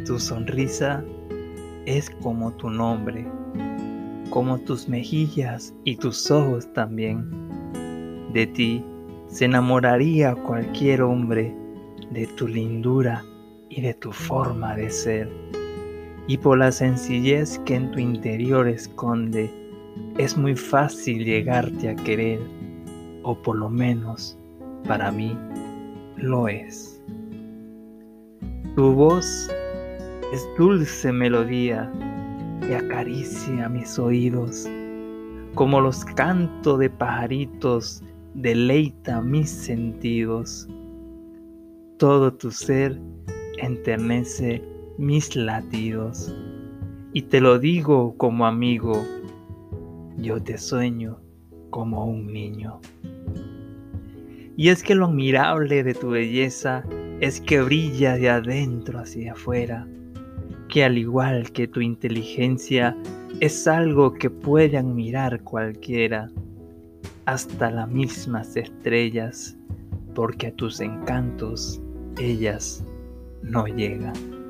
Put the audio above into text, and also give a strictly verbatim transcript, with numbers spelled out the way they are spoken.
Tu sonrisa es como tu nombre, como tus mejillas y tus ojos también. De ti se enamoraría cualquier hombre, de tu lindura y de tu forma de ser. Y por la sencillez que en tu interior esconde, es muy fácil llegarte a querer, o por lo menos para mí lo es. Tu voz es dulce melodía que acaricia mis oídos, como los cantos de pajaritos deleita mis sentidos. Todo tu ser enternece mis latidos, y te lo digo como amigo, yo te sueño como un niño. Y es que lo admirable de tu belleza es que brilla de adentro hacia afuera, que al igual que tu inteligencia es algo que puede admirar cualquiera, hasta las mismas estrellas, porque a tus encantos ellas no llegan.